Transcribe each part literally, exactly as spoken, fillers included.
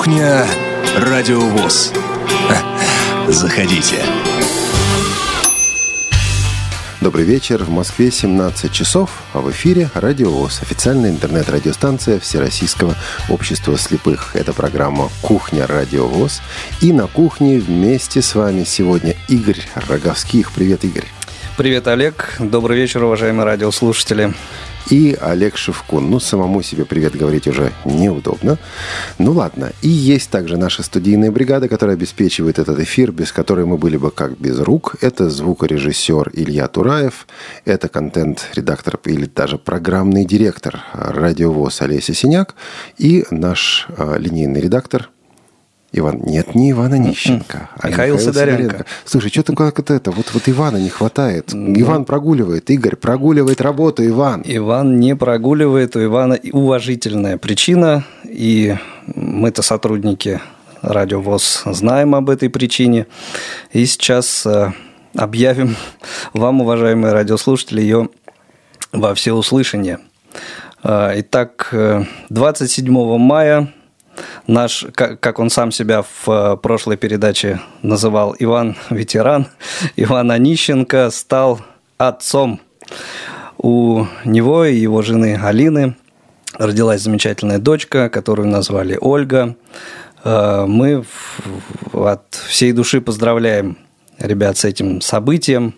Кухня Радио ВОС. Заходите. Добрый вечер. В Москве семнадцать часов, а в эфире Радио ВОС, официальная интернет-радиостанция Всероссийского общества слепых. Это программа «Кухня Радио ВОС». И на кухне вместе с вами сегодня Игорь Роговских. Привет, Игорь. Привет, Олег. Добрый вечер, уважаемые радиослушатели. И Олег Шевкун. Ну, самому себе привет говорить уже неудобно. Ну, ладно. И есть также наша студийная бригада, которая обеспечивает этот эфир, без которой мы были бы как без рук. Это звукорежиссер Илья Тураев, это контент-редактор или даже программный директор Радио ВОС Олеся Синяк и наш а, линейный редактор Иван... Нет, не Ивана Нищенко, а Михаил, Михаил Сидоренко. Сидоренко. Слушай, что-то как это, вот, вот Ивана не хватает. Ну, Иван прогуливает, Игорь прогуливает работу, Иван. Иван не прогуливает, у Ивана уважительная причина, и мы-то сотрудники Радио ВОС знаем об этой причине, и сейчас объявим вам, уважаемые радиослушатели, ее во всеуслышание. Итак, двадцать седьмого мая наш, как он сам себя в прошлой передаче называл, Иван-ветеран, Иван Онищенко стал отцом. У него и его жены Алины родилась замечательная дочка, которую назвали Ольга. Мы от всей души поздравляем ребят с этим событием.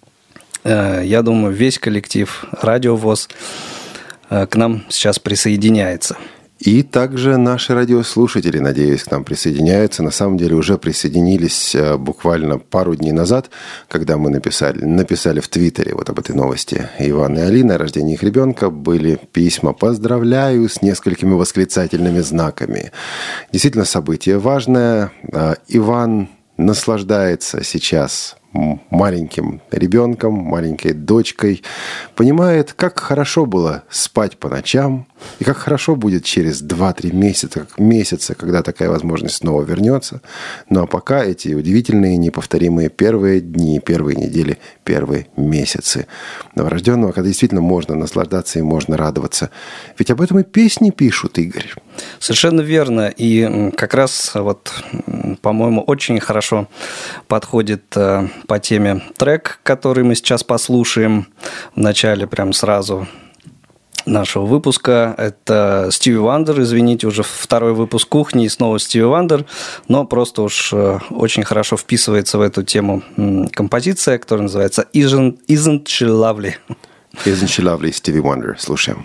Я думаю, весь коллектив Радио ВОС к нам сейчас присоединяется. И также наши радиослушатели, надеюсь, к нам присоединяются. На самом деле уже присоединились буквально пару дней назад, когда мы написали, написали в Твиттере вот об этой новости Ивана и Алины, о рождении их ребенка. Были письма «Поздравляю» с несколькими восклицательными знаками. Действительно, событие важное. Иван наслаждается сейчас маленьким ребенком, маленькой дочкой, понимает, как хорошо было спать по ночам, и как хорошо будет через два-три месяца, месяца, когда такая возможность снова вернется. Ну а пока эти удивительные, неповторимые первые дни, первые недели, первые месяцы новорожденного, когда действительно можно наслаждаться и можно радоваться. Ведь об этом и песни пишут, Игорь. Совершенно верно. И как раз, вот, по-моему, очень хорошо подходит по теме трек, который мы сейчас послушаем в начале, прям сразу нашего выпуска. Это Стиви Вандер, извините, уже второй выпуск «Кухни», и снова Стиви Вандер, но просто уж очень хорошо вписывается в эту тему композиция, которая называется «Isn't, Isn't She Lovely?». «Isn't She Lovely» Стиви Вандер. Слушаем.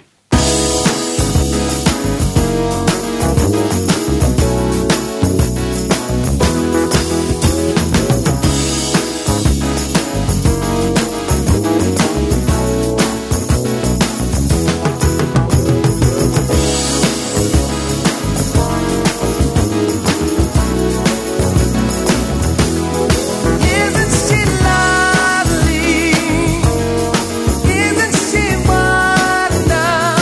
Isn't she wonderful?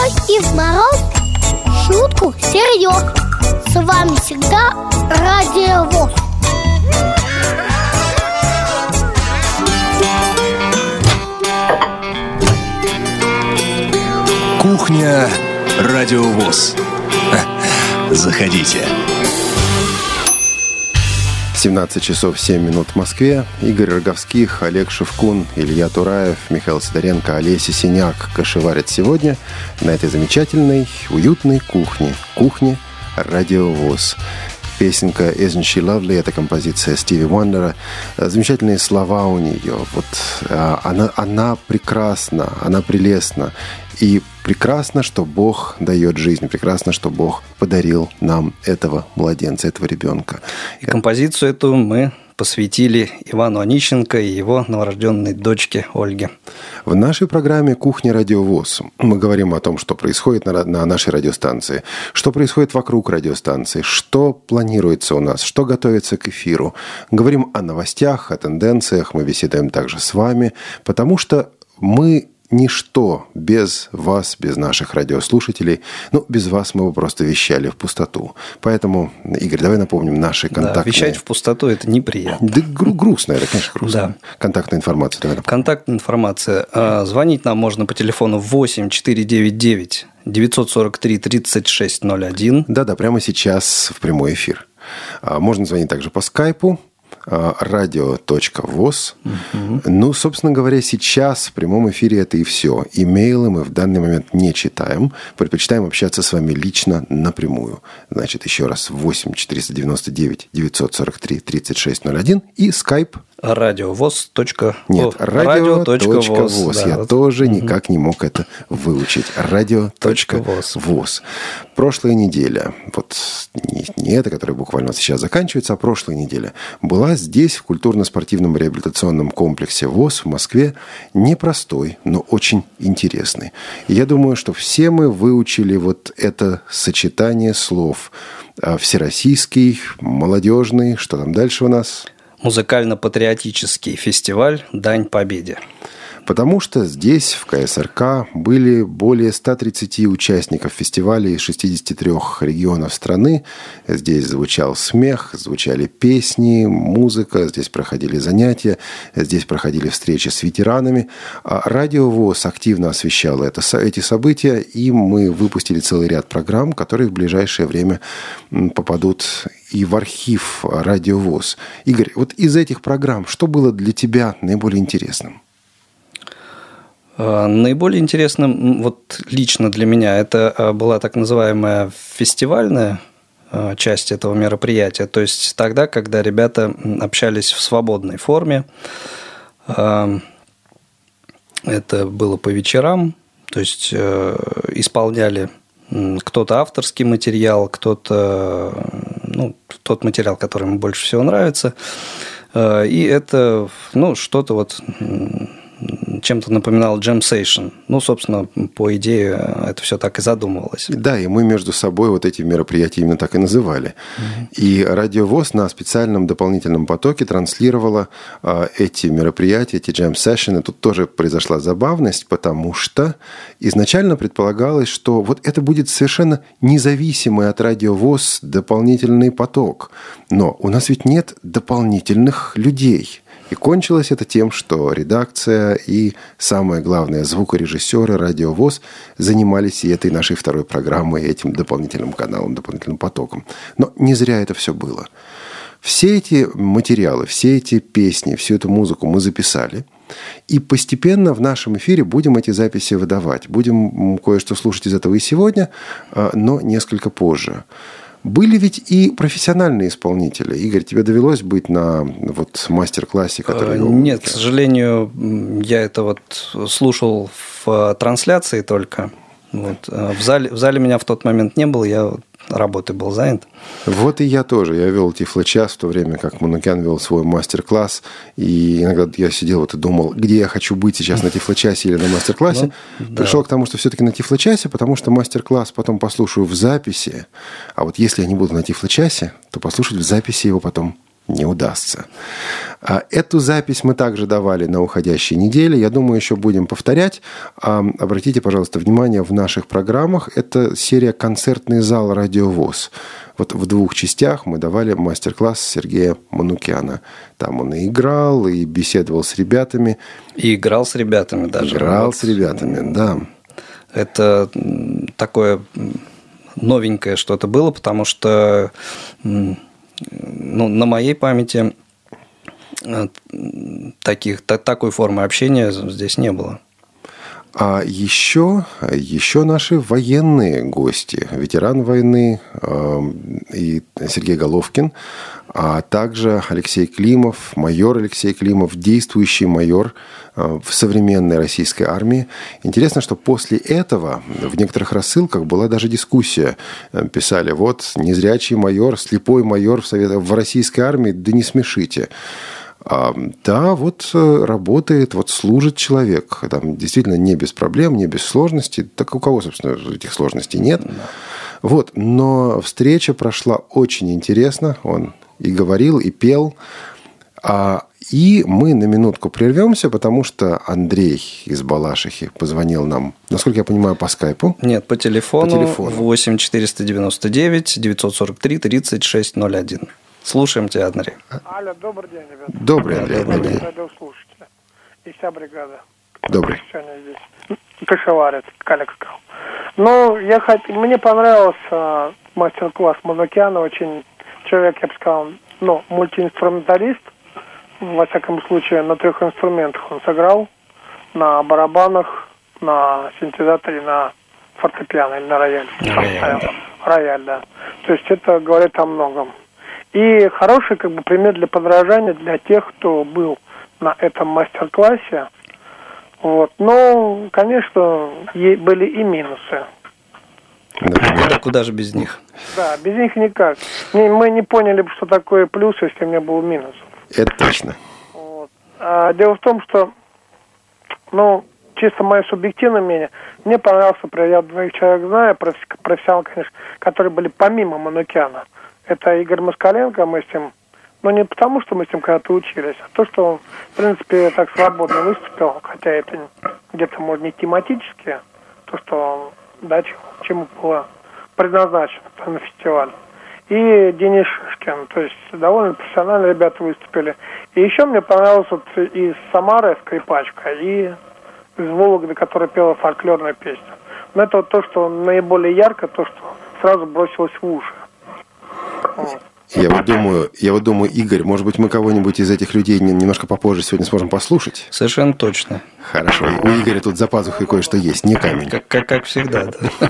и в мороз, шутку серьез. С вами всегда Радио ВОС. Кухня Радио ВОС. Заходите. семнадцать часов семь минут в Москве. Игорь Роговских, Олег Шевкун, Илья Тураев, Михаил Сидоренко, Олеся Синяк кошеварят сегодня на этой замечательной, уютной кухне. Кухне Радио ВОС. Песенка «Isn't She Lovely» — это композиция Стиви Уандера. Замечательные слова у нее. Вот, она, она прекрасна, она прелестна. И прекрасно, что Бог дает жизнь. Прекрасно, что Бог подарил нам этого младенца, этого ребенка. И композицию эту мы посвятили Ивану Онищенко и его новорожденной дочке Ольге. В нашей программе «Кухня Радио ВОС» мы говорим о том, что происходит на, на нашей радиостанции, что происходит вокруг радиостанции, что планируется у нас, что готовится к эфиру. Говорим о новостях, о тенденциях, мы беседуем также с вами, потому что мы ничто без вас, без наших радиослушателей. Ну, без вас мы бы просто вещали в пустоту. Поэтому, Игорь, давай напомним наши контактные... Да, вещать в пустоту – это неприятно. Да, гру- грустно, это, конечно, грустно. Да. Контактная информация. Давай напомним. Контактная информация. Звонить нам можно по телефону восемь четыре девять девять девятьсот сорок три тридцать шесть ноль один. Да-да, прямо сейчас в прямой эфир. Можно звонить также по скайпу. радио.воз. Угу. Ну, собственно говоря, сейчас в прямом эфире это и все. Имейлы мы в данный момент не читаем. Предпочитаем общаться с вами лично напрямую. Значит, еще раз, восемь четыреста девяносто девять девятьсот сорок три тридцать шесть ноль один и скайп. Радиовоз. Нет, радио.воз. Да, Я вот. тоже угу. никак не мог это выучить. Радио.воз. Прошлая неделя, вот не, не эта, которая буквально сейчас заканчивается, а прошлая неделя, была здесь, в культурно-спортивном реабилитационном комплексе ВОС в Москве, непростой, но очень интересный. И я думаю, что все мы выучили вот это сочетание слов. Всероссийский, молодежный, что там дальше у нас? Музыкально-патриотический фестиваль «Дань Победе». Потому что здесь, в ка эс эр ка, были более ста тридцати участников фестиваля из шестидесяти трёх регионов страны. Здесь звучал смех, звучали песни, музыка, здесь проходили занятия, здесь проходили встречи с ветеранами. Радио ВОС активно освещало это, эти события, и мы выпустили целый ряд программ, которые в ближайшее время попадут и в архив Радио ВОС. Игорь, вот из этих программ что было для тебя наиболее интересным? Наиболее интересным, вот лично для меня, это была так называемая фестивальная часть этого мероприятия. То есть тогда, когда ребята общались в свободной форме. Это было по вечерам, то есть исполняли кто-то авторский материал, кто-то, ну, тот материал, который ему больше всего нравится. И это, ну, что-то вот чем-то напоминал джем-сейшн. Ну, собственно, по идее, это все так и задумывалось. Да, и мы между собой вот эти мероприятия именно так и называли. Mm-hmm. И Радио ВОС на специальном дополнительном потоке транслировало а, эти мероприятия, эти джем-сейшны. Тут тоже произошла забавность, потому что изначально предполагалось, что вот это будет совершенно независимый от Радио ВОС дополнительный поток. Но у нас ведь нет дополнительных людей. И кончилось это тем, что редакция и, самое главное, звукорежиссеры Радио ВОС занимались и этой нашей второй программой, этим дополнительным каналом, дополнительным потоком. Но не зря это все было. Все эти материалы, все эти песни, всю эту музыку мы записали. И постепенно в нашем эфире будем эти записи выдавать. Будем кое-что слушать из этого и сегодня, но несколько позже. Были ведь и профессиональные исполнители. Игорь, тебе довелось быть на вот мастер-классе, который... Нет, к сожалению, я это вот слушал в трансляции только. Вот. В зале, в зале меня в тот момент не было, я работой был занят. Вот и я тоже. Я вел Тифло-час в то время, как Манукян вел свой мастер-класс. И иногда я сидел вот и думал, где я хочу быть сейчас, на Тифло-часе или на мастер-классе. Ну, Пришел да. к тому, что все-таки на Тифло-часе, потому что мастер-класс потом послушаю в записи. А вот если я не буду на Тифло-часе, то послушать в записи его потом не удастся. А эту запись мы также давали на уходящей неделе. Я думаю, еще будем повторять. А, обратите, пожалуйста, внимание, в наших программах это серия «Концертный зал Радио ВОС». Вот в двух частях мы давали мастер-класс Сергея Манукяна. Там он и играл, и беседовал с ребятами. И играл с ребятами даже. Играл вот. с ребятами, да. Это такое новенькое что-то было, потому что ну, на моей памяти таких, такой формы общения здесь не было. А еще, еще наши военные гости, ветеран войны э, и Сергей Головкин, а также Алексей Климов, майор Алексей Климов, действующий майор э, в современной российской армии. Интересно, что после этого в некоторых рассылках была даже дискуссия. Писали, вот, незрячий майор, слепой майор в, совет... в российской армии, да не смешите. А, да, вот работает, вот служит человек. Там действительно не без проблем, не без сложностей. Так у кого, собственно, этих сложностей нет. Да. Вот, но встреча прошла очень интересно. Он и говорил, и пел. А, и мы на минутку прервемся, потому что Андрей из Балашихи позвонил нам, насколько я понимаю, по скайпу. Нет, по телефону, по телефону. восемь четыреста девяносто девять девятьсот сорок три тридцать шесть ноль один. Слушаем тебя, Андрей. Алло, добрый день, ребята. Добрый, Андрей. Добрый день. Радиослушатели. И вся бригада. Добрый. Сегодня здесь. Кашеварец, коллега сказал. Ну, я хот... мне понравился мастер-класс Манукяна. Очень человек, я бы сказал, ну, мультиинструменталист. Во всяком случае, на трех инструментах он сыграл. На барабанах, на синтезаторе, на фортепиано или на рояле. Рояль, да. Рояль, да. То есть это говорит о многом. И хороший как бы пример для подражания для тех, кто был на этом мастер-классе. Вот. Но, конечно, были и минусы. Да, куда же без них? Да, без них никак. Мы не поняли бы, что такое плюс, если не было минусов. Это точно. Вот. А дело в том, что, ну, чисто мое субъективное мнение, мне понравился, например, я двоих человек знаю, профессионал, конечно, которые были помимо Манукяна. Это Игорь Москаленко, мы с ним, ну не потому, что мы с ним когда-то учились, а то, что он, в принципе, так свободно выступил, хотя это где-то, может, не тематически, то, что, да, чему было предназначено на фестиваль. И Денис Шишкин, то есть довольно профессиональные ребята выступили. И еще мне понравилась вот из Самары скрипачка, и из Вологды, которая пела фольклорную песню. Но это вот то, что наиболее ярко, то, что сразу бросилось в уши. Вот. Я вот думаю, я вот думаю, Игорь, может быть, мы кого-нибудь из этих людей немножко попозже сегодня сможем послушать? Совершенно точно. Хорошо. У Игоря тут за пазухой кое-что есть, не камень. Как, как, как всегда, да.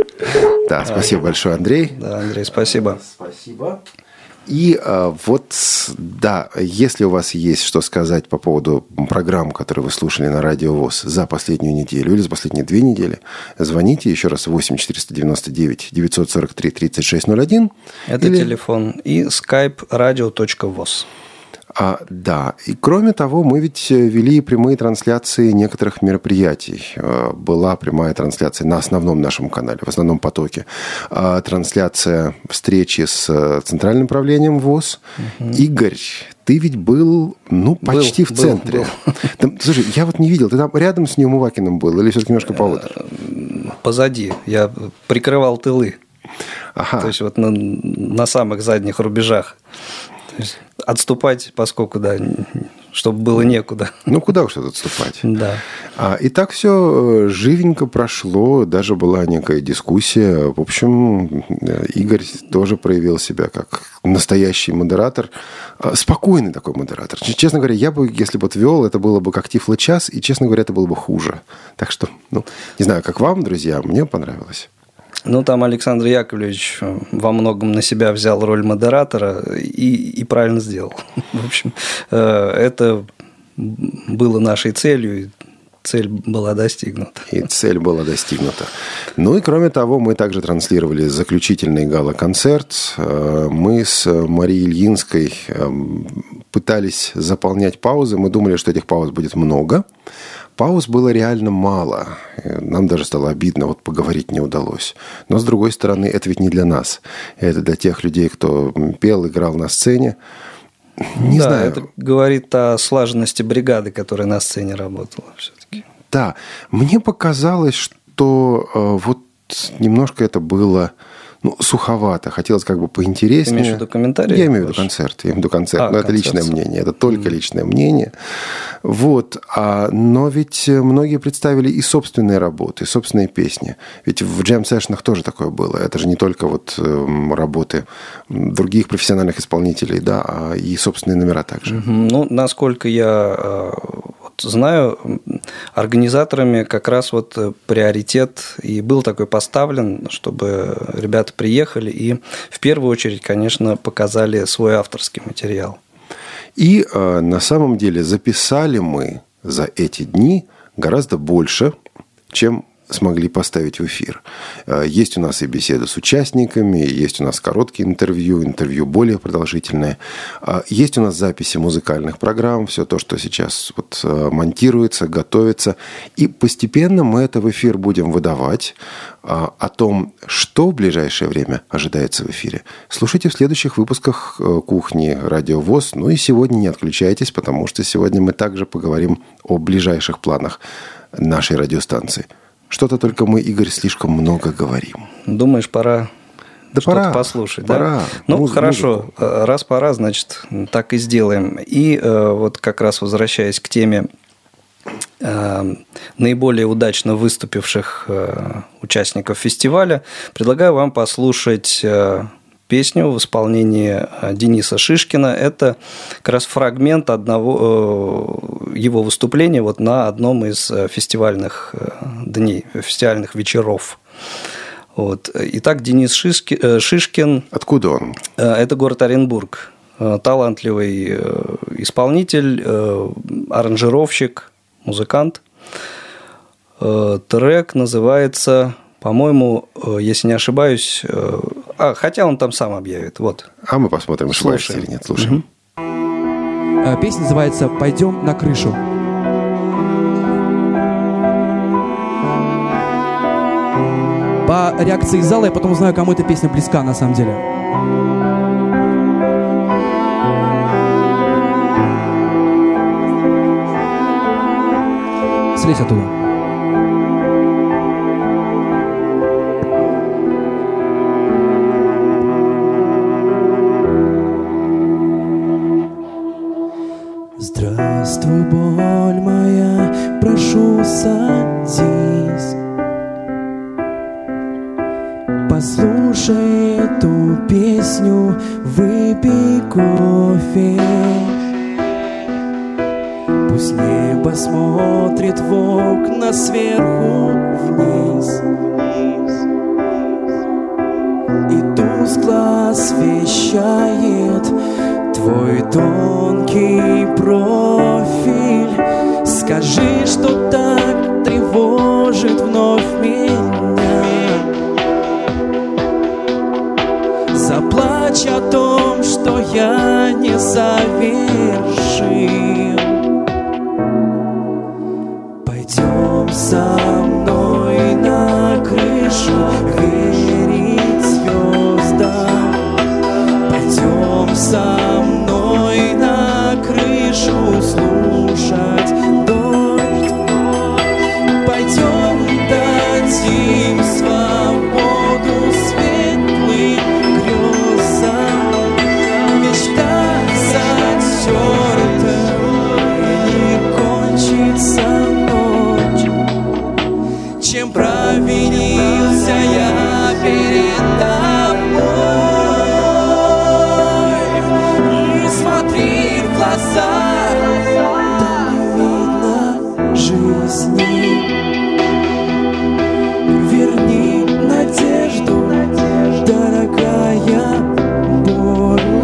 Да, спасибо а, большое, Андрей. Да, Андрей, спасибо. Спасибо. И а, вот, да, если у вас есть что сказать по поводу программ, которые вы слушали на Радио ВОС за последнюю неделю или за последние две недели, звоните еще раз восемь четыреста девяносто девять девятьсот сорок три тридцать шесть ноль один. Это или... телефон. И skype radio точка voz. А, да, и кроме того, мы ведь вели прямые трансляции некоторых мероприятий. Была прямая трансляция на основном нашем канале, в основном потоке. А, трансляция встречи с Центральным правлением ВОС. Угу. Игорь, ты ведь был, ну, почти был, в центре. Был, был. Там, слушай, я вот не видел, ты там рядом с Неумывакиным был или все-таки немножко поодаль? Позади, я прикрывал тылы. Ага. То есть вот на, на самых задних рубежах. То есть отступать, поскольку, да, чтобы было некуда. Ну, куда уж тут отступать? Да. А, и так все живенько прошло, даже была некая дискуссия. В общем, Игорь тоже проявил себя как настоящий модератор. Спокойный такой модератор. Честно говоря, я бы, если бы отвел, это было бы как Тифло час, и, честно говоря, это было бы хуже. Так что, ну, не знаю, как вам, друзья, мне понравилось. Ну, там Александр Яковлевич во многом на себя взял роль модератора и, и правильно сделал. В общем, это было нашей целью, и цель была достигнута. И цель была достигнута. Ну и кроме того, мы также транслировали заключительный гала-концерт. Мы с Марией Ильинской пытались заполнять паузы. Мы думали, что этих пауз будет много. Пауз было реально мало. Нам даже стало обидно, вот поговорить не удалось. Но, с другой стороны, это ведь не для нас. Это для тех людей, кто пел, играл на сцене. Не да, знаю. Это говорит о слаженности бригады, которая на сцене работала все-таки. Да, мне показалось, что э, вот немножко это было... Ну, суховато. Хотелось как бы поинтереснее. Ты имеешь в виду комментарии? Я имею в виду концерт. Я имею в виду концерт. А, но это концерт. личное мнение. Это только mm. личное мнение. Вот. А, но ведь многие представили и собственные работы, и собственные песни. Ведь в джем-сэшнах тоже такое было. Это же не только вот э, работы других профессиональных исполнителей, да, а и собственные номера также. Mm-hmm. Ну, насколько я э, вот, знаю, организаторами как раз вот приоритет и был такой поставлен, чтобы ребята приехали и в первую очередь, конечно, показали свой авторский материал. И э, на самом деле записали мы за эти дни гораздо больше, чем смогли поставить в эфир. Есть у нас и беседы с участниками, есть у нас короткие интервью, интервью более продолжительные. Есть у нас записи музыкальных программ, все то, что сейчас вот монтируется, готовится. И постепенно мы это в эфир будем выдавать. О том, что в ближайшее время ожидается в эфире, слушайте в следующих выпусках «Кухни Радио ВОС». Ну и сегодня не отключайтесь, потому что сегодня мы также поговорим о ближайших планах нашей радиостанции. Что-то только мы, Игорь, слишком много говорим. Думаешь, пора да что-то пора, послушать? Пора. Да? Ну, Муз- хорошо. Музыку. Раз пора, значит, так и сделаем. И вот как раз возвращаясь к теме наиболее удачно выступивших участников фестиваля, предлагаю вам послушать песню в исполнении Дениса Шишкина. Это как раз фрагмент одного его выступления вот на одном из фестивальных дней, фестивальных вечеров. Вот. Итак, Денис Шишки, Шишкин. Откуда он? Это город Оренбург. Талантливый исполнитель, аранжировщик, музыкант. Трек называется, по-моему, если не ошибаюсь, а, хотя он там сам объявит. Вот. А мы посмотрим, ошибаешься или нет. Слушаем. Угу. Песня называется «Пойдем на крышу». По реакции зала я потом узнаю, кому эта песня близка на самом деле. Слезь оттуда. Здравствуй, боль моя, прошу, садись. Послушай эту песню, выпей кофе. Пусть небо смотрит в окна сверху вниз и тускло освещает твой тонкий профиль. Скажи, что так тревожит вновь меня. Заплачь о том, что я не завершил. Пойдем со мной на крышу, верить звездам. Пойдем со мной на крышу, слушать дождь. Пойдем, дадим свободу светлым грезам. Мечта затерта, и не кончится ночь. Чем провинился я перед тобой? Не смотри в глаза, там не видно жизни. Верни надежду, дорогая боль.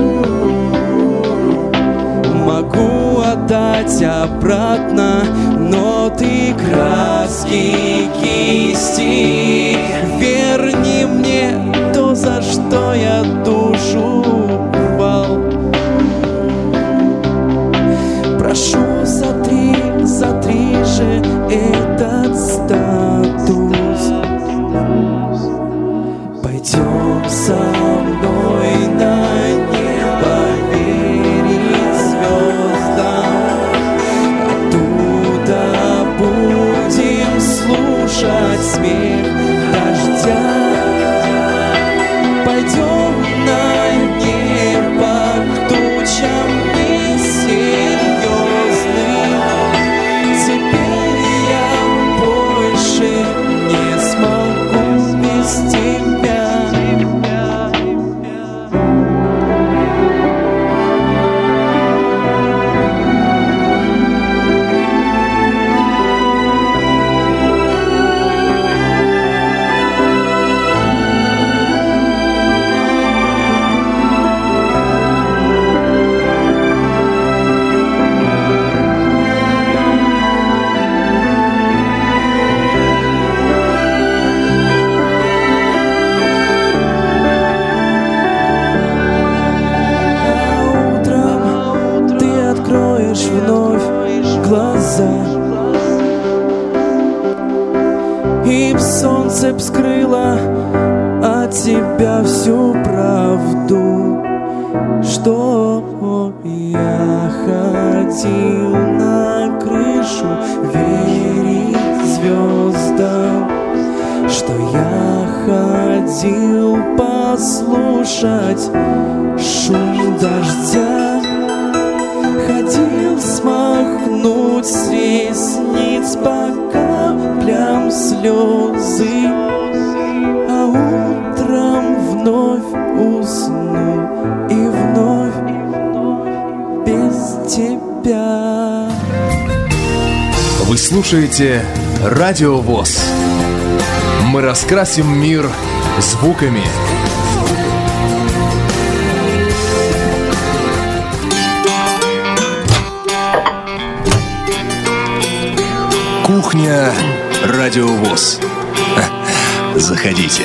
Могу отдать обратно ноты, краски, кисти. Верни мне то, за что я душу рвал. Прошу, сотри, сотри же этот статус. Пойдем со мной на небо, верить И б солнце б скрыло от тебя всю правду, что я ходил на крышу верить звездам, что я ходил послушать шум дождя, ходил смахнуть с ресниц по каплям слезы, а утром вновь усну и вновь без тебя. Вы слушаете Радио ВОС. Мы раскрасим мир звуками. Кухня Радио ВОС. Заходите.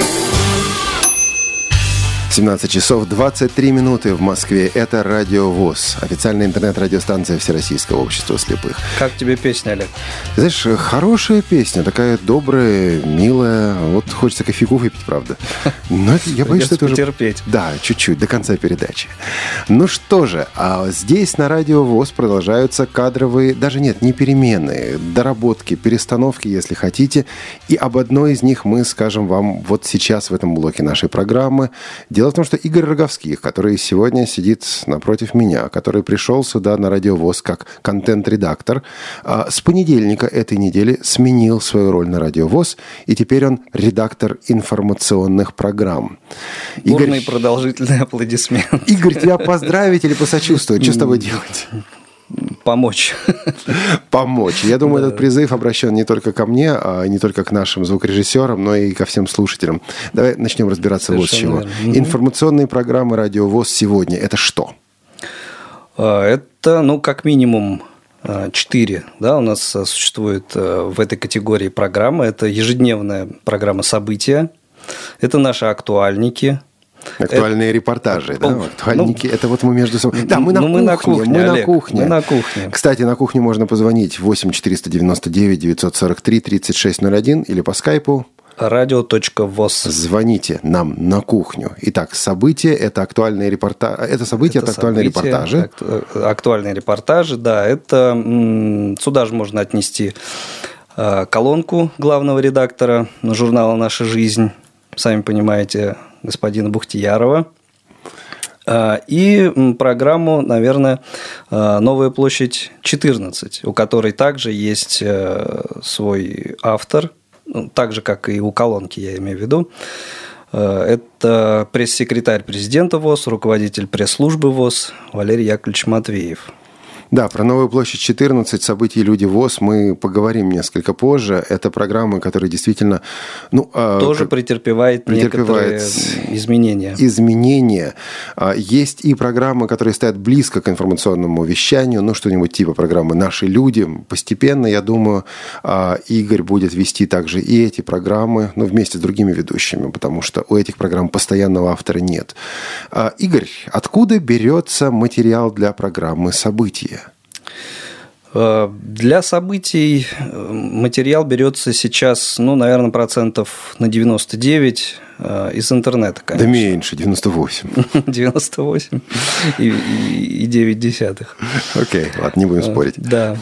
семнадцать часов двадцать три минуты в Москве. Это Радио ВОС, официальная интернет-радиостанция Всероссийского общества слепых. Как тебе песня, Олег? Знаешь, хорошая песня, такая добрая, милая. Вот хочется кофейку выпить, правда. Но это, я боюсь, что это уже... потерпеть. Да, чуть-чуть, до конца передачи. Ну что же, а здесь на Радио ВОС продолжаются кадровые, даже нет, не перемены, доработки, перестановки, если хотите. И об одной из них мы скажем вам вот сейчас в этом блоке нашей программы. Дело в том, что Игорь Роговских, который сегодня сидит напротив меня, который пришел сюда на Радио ВОС как контент-редактор, с понедельника этой недели сменил свою роль на Радио ВОС, и теперь он редактор информационных программ. Бурный Игорь... продолжительный аплодисмент. Игорь, тебя поздравить или посочувствовать? Что с тобой делать? Помочь. Помочь. Я думаю, да. Этот призыв обращен не только ко мне, а не только к нашим звукорежиссерам, но и ко всем слушателям. Давай начнем разбираться. Совершенно вот с чего. Верно. Информационные программы Радио ВОС сегодня – это что? Это, ну, как минимум, четыре. Да, у нас существует в этой категории программы. Это ежедневная программа «События», это наши актуальники. Актуальные это... репортажи, да? Ну, Актуальники, ну, это вот мы между собой. Да, мы на, ну, кухне, мы на кухне. Мы Олег, на кухне. Мы на кухне. Кстати, на кухню можно позвонить восемь четыреста девяносто девять девятьсот сорок три тридцать шесть ноль один или по скайпу радио.воз. Звоните нам на кухню. Итак, события – это актуальные репортажи. Это события – это, это актуальные события, репортажи. Акту... Актуальные репортажи, да. Это сюда же можно отнести колонку главного редактора журнала «Наша жизнь». Сами понимаете, господина Бухтиярова. И программу, наверное, «Новая площадь четырнадцать», у которой также есть свой автор, так же, как и у колонки, я имею в виду. Это пресс-секретарь президента ВОС, руководитель пресс-службы ВОС Валерий Яковлевич Матвеев. Да, про «Новую площадь четырнадцать», события «Люди ВОС» мы поговорим несколько позже. Это программы, которые действительно... Ну, Тоже как, претерпевает, претерпевает некоторые изменения. Изменения. Есть и программы, которые стоят близко к информационному вещанию, ну, что-нибудь типа программы «Наши люди». Постепенно, я думаю, Игорь будет вести также и эти программы, ну, вместе с другими ведущими, потому что у этих программ постоянного автора нет. Игорь, откуда берется материал для программы «События»? Для событий материал берется сейчас, ну, наверное, процентов на девяносто девять из интернета, конечно. Да меньше, девяносто восемь. девяносто восемь и девять десятых. Окей, ладно, не будем спорить. Да.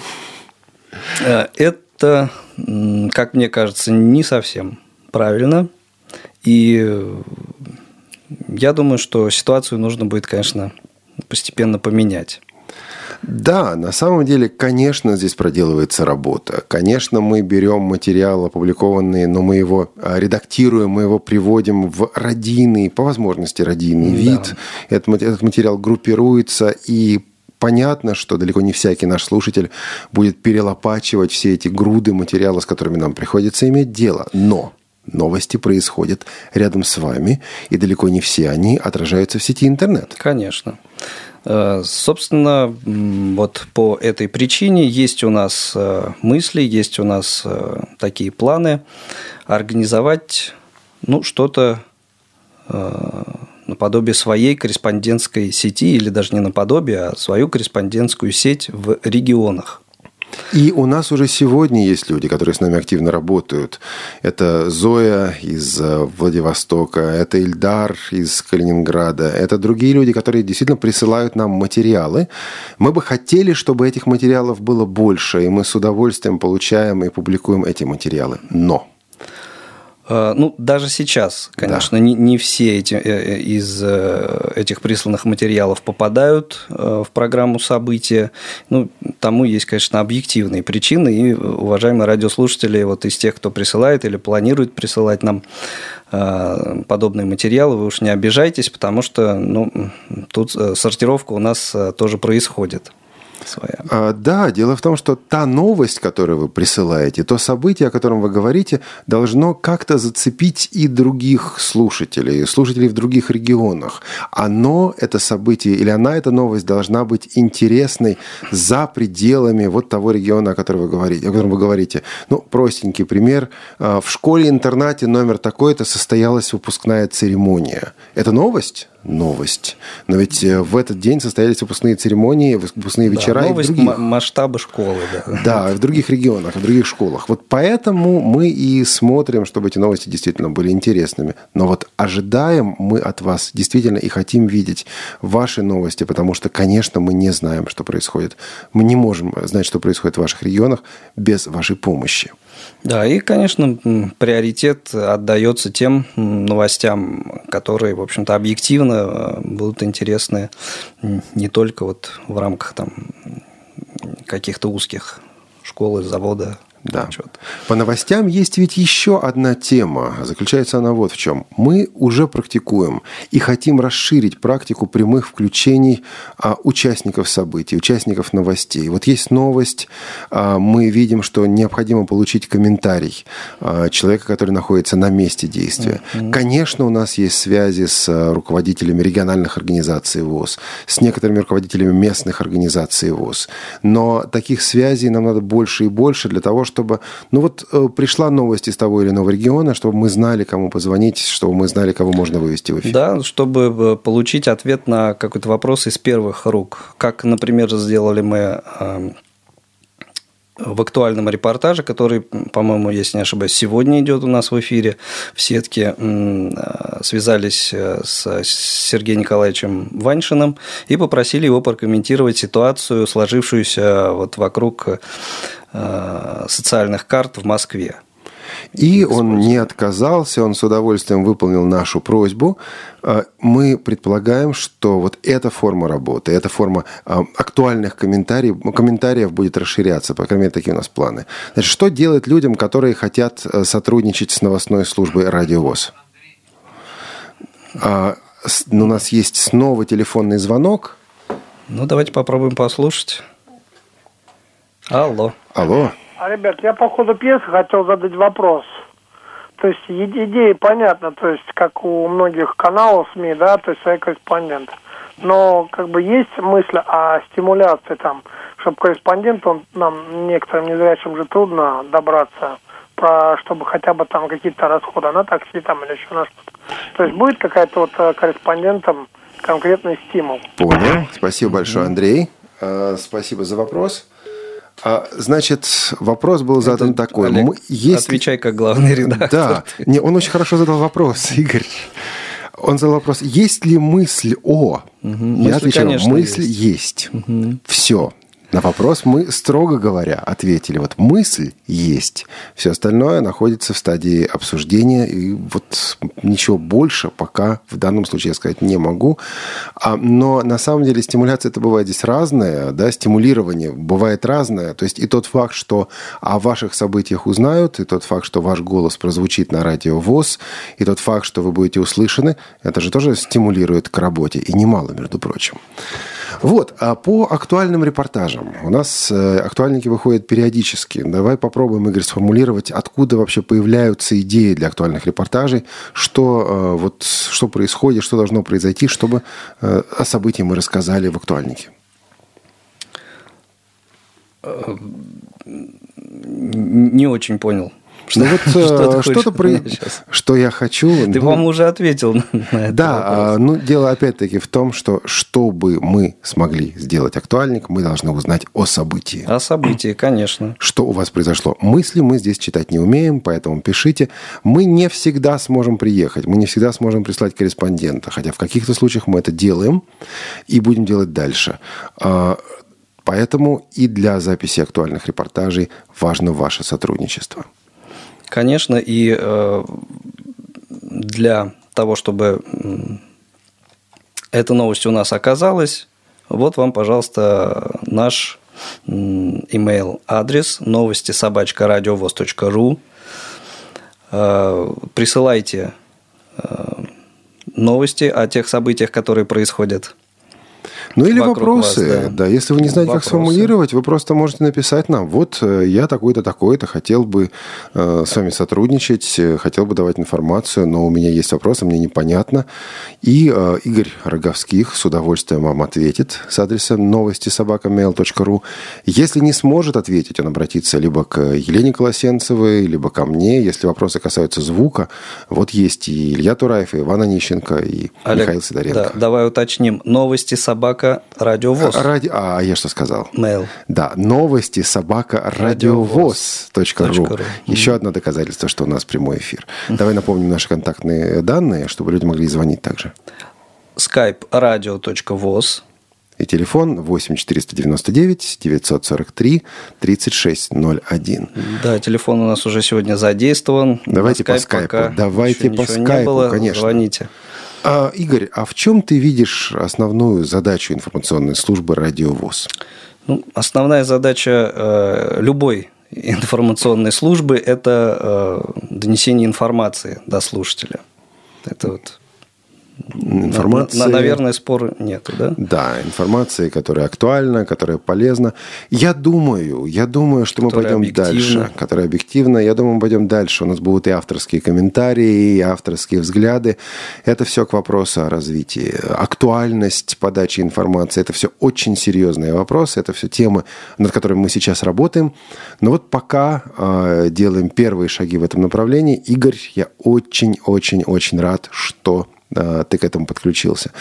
Это, как мне кажется, не совсем правильно. И я думаю, что ситуацию нужно будет, конечно, постепенно поменять. Да, на самом деле, конечно, здесь проделывается работа. Конечно, мы берем материал опубликованный, но мы его редактируем, мы его приводим в радийный, по возможности радийный вид. Да. Этот, этот материал группируется, и понятно, что далеко не всякий наш слушатель будет перелопачивать все эти груды материала, с которыми нам приходится иметь дело. Но новости происходят рядом с вами, и далеко не все они отражаются в сети интернет. Конечно. Собственно, вот по этой причине есть у нас мысли, есть у нас такие планы организовать, ну, что-то наподобие своей корреспондентской сети, или даже не наподобие, а свою корреспондентскую сеть в регионах. И у нас уже сегодня есть люди, которые с нами активно работают. Это Зоя из Владивостока, это Ильдар из Калининграда, это другие люди, которые действительно присылают нам материалы. Мы бы хотели, чтобы этих материалов было больше, и мы с удовольствием получаем и публикуем эти материалы. Но... Ну, даже сейчас, конечно, да. не, не все эти, из этих присланных материалов попадают в программу события. Ну, тому есть, конечно, объективные причины. И, уважаемые радиослушатели, вот из тех, кто присылает или планирует присылать нам подобные материалы, вы уж не обижайтесь, потому что ну, тут сортировка у нас тоже происходит. Своя. А, да, дело в том, что та новость, которую вы присылаете, то событие, о котором вы говорите, должно как-то зацепить и других слушателей, слушателей в других регионах. Оно, это событие, или она, эта новость, должна быть интересной за пределами вот того региона, о котором вы говорите. О котором вы говорите. Ну, простенький пример. В школе-интернате номер такой-то состоялась выпускная церемония. Это новость? Новость. Но ведь в этот день состоялись выпускные церемонии, выпускные вечера. Да, новость и в других... масштаба школы. Да. да, в других регионах, в других школах. Вот поэтому мы и смотрим, чтобы эти новости действительно были интересными. Но вот ожидаем мы от вас действительно и хотим видеть ваши новости, потому что, конечно, мы не знаем, что происходит. Мы не можем знать, что происходит в ваших регионах без вашей помощи. Да, и, конечно, приоритет отдается тем новостям, которые, в общем-то, объективно будут интересны не только вот в рамках там, каких-то узких школ и завода. Да. По новостям есть ведь еще одна тема. Заключается она вот в чем. Мы уже практикуем и хотим расширить практику прямых включений а, участников событий, участников новостей. Вот есть новость, а, мы видим, что необходимо получить комментарий а, человека, который находится на месте действия. Mm-hmm. Конечно, у нас есть связи с руководителями региональных организаций ВОС, с некоторыми руководителями местных организаций ВОС. Но таких связей нам надо больше и больше для того, чтобы, ну вот пришла новость из того или иного региона, чтобы мы знали, кому позвонить, чтобы мы знали, кого можно вывести в эфир. Да, чтобы получить ответ на какой-то вопрос из первых рук. Как, например, сделали мы в актуальном репортаже, который, по-моему, если не ошибаюсь, сегодня идет у нас в эфире в сетке, связались с Сергеем Николаевичем Ваньшиным и попросили его прокомментировать ситуацию, сложившуюся вот вокруг социальных карт в Москве. И он не отказался, он с удовольствием выполнил нашу просьбу. Мы предполагаем, что вот эта форма работы, эта форма актуальных комментариев, комментариев будет расширяться, по крайней мере, такие у нас планы. Значит, что делать людям, которые хотят сотрудничать с новостной службой Радио ВОС? У нас есть снова телефонный звонок. Ну, давайте попробуем послушать. Алло. Алло. А, ребят, я по ходу пьесы хотел задать вопрос. То есть идея понятна, то есть как у многих каналов СМИ, да, то есть свои корреспонденты. Но как бы есть мысль о стимуляции там, чтобы корреспондент, он нам некоторым незрячим же трудно добраться, про, чтобы хотя бы там какие-то расходы на такси там или еще на что-то. То есть будет какая-то вот корреспондентам конкретный стимул. Понял. Спасибо большое, Андрей. Спасибо за вопрос. Значит, вопрос был задан Это, такой. Олег, есть... Отвечай как главный редактор. Да, не, он очень хорошо задал вопрос, Игорь. Он задал вопрос, есть ли мысль о... Угу, Я отвечаю, мысль есть. есть. Угу. Все. На вопрос мы, строго говоря, ответили. Вот мысль есть. Все остальное находится в стадии обсуждения. И вот ничего больше пока в данном случае я сказать не могу. Но на самом деле стимуляция это бывает здесь разная. Да? Стимулирование бывает разное. То есть и тот факт, что о ваших событиях узнают, и тот факт, что ваш голос прозвучит на радио ВОС, и тот факт, что вы будете услышаны, это же тоже стимулирует к работе. И немало, между прочим. Вот, а по актуальным репортажам. У нас актуальники выходят периодически. Давай попробуем, Игорь, сформулировать, откуда вообще появляются идеи для актуальных репортажей, что, вот, что происходит, что должно произойти, чтобы о событии мы рассказали в актуальнике. Не очень понял. Что, ну вот что, что-то, про... что я хочу... Ты, ну, по-моему, уже ответил на это. Да, ну дело опять-таки в том, что чтобы мы смогли сделать актуальник, мы должны узнать о событии. О событии, конечно. Что у вас произошло. Мысли мы здесь читать не умеем, поэтому пишите. Мы не всегда сможем приехать, мы не всегда сможем прислать корреспондента, хотя в каких-то случаях мы это делаем и будем делать дальше. Поэтому и для записи актуальных репортажей важно ваше сотрудничество. Конечно, и э, для того, чтобы эта новость у нас оказалась, вот вам, пожалуйста, наш email-адрес новости собака радиовос точка ру. Э, присылайте э, новости о тех событиях, которые происходят. Ну или вопросы, вас, да. да. Если вы не знаете, вопросы. Как сформулировать, вы просто можете написать нам. Вот я такой-то, такой-то, хотел бы э, с вами сотрудничать, хотел бы давать информацию, но у меня есть вопросы, мне непонятно. И э, Игорь Роговских с удовольствием вам ответит с адреса новости собака мейл точка ру. Если не сможет ответить, он обратится либо к Елене Колосенцевой, либо ко мне. Если вопросы касаются звука, вот есть и Илья Тураев, и Иван Онищенко, и Олег, Михаил Сидоренко. Да, давай уточним. Новости собака радиовос. Ради... А, я что сказал? Mail. Да, новости собака радиовос точка ру. Еще одно доказательство, что у нас прямой эфир. Давай напомним наши контактные данные, чтобы люди могли звонить также. Skype радио точка воз. И телефон восемь четыреста девяносто девять девятьсот сорок три тридцать шесть ноль один. Да, телефон у нас уже сегодня задействован. Давайте по скайпу. Давайте по скайпу, конечно. Звоните. А, Игорь, а в чем ты видишь основную задачу информационной службы «Радио ВОС»? Ну, основная задача э, любой информационной службы – это э, донесение информации до слушателя. Это вот... Информации... На, на, наверное, спора нету, да? Да, информации, которая актуальна, которая полезна. Я думаю, я думаю, что которая мы пойдем дальше. Которая объективна. Я думаю, мы пойдем дальше. У нас будут и авторские комментарии, и авторские взгляды. Это все к вопросу о развитии. Актуальность подачи информации – это все очень серьезные вопросы. Это все темы, над которыми мы сейчас работаем. Но вот пока э, делаем первые шаги в этом направлении. Игорь, я очень-очень-очень рад, что... ты к этому подключился.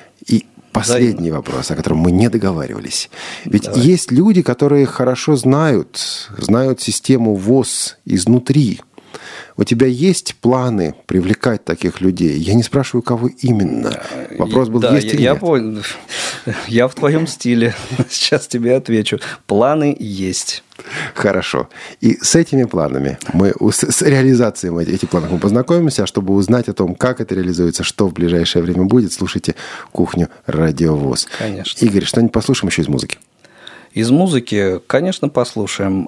И последний да, вопрос, о котором мы не договаривались. Ведь Давай. Есть люди, которые хорошо знают, знают систему ВОС изнутри. У тебя есть планы привлекать таких людей? Я не спрашиваю, кого именно. Вопрос был, да, есть или я нет? Понял. Я в твоем стиле. Сейчас тебе отвечу. Планы есть. Хорошо. И с этими планами, мы, с реализацией этих планов мы познакомимся, а чтобы узнать о том, как это реализуется, что в ближайшее время будет, слушайте «Кухню Радио ВОС». Конечно. Игорь, что-нибудь послушаем еще из музыки? Из музыки, конечно, послушаем.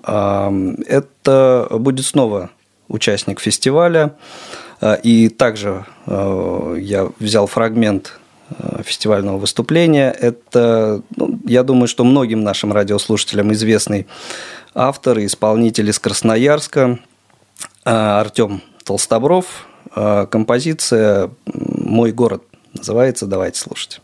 Это будет снова участник фестиваля. И также я взял фрагмент фестивального выступления. Это, ну, я думаю, что многим нашим радиослушателям известный автор и исполнитель из Красноярска Артем Толстобров. Композиция «Мой город» называется. Давайте слушать.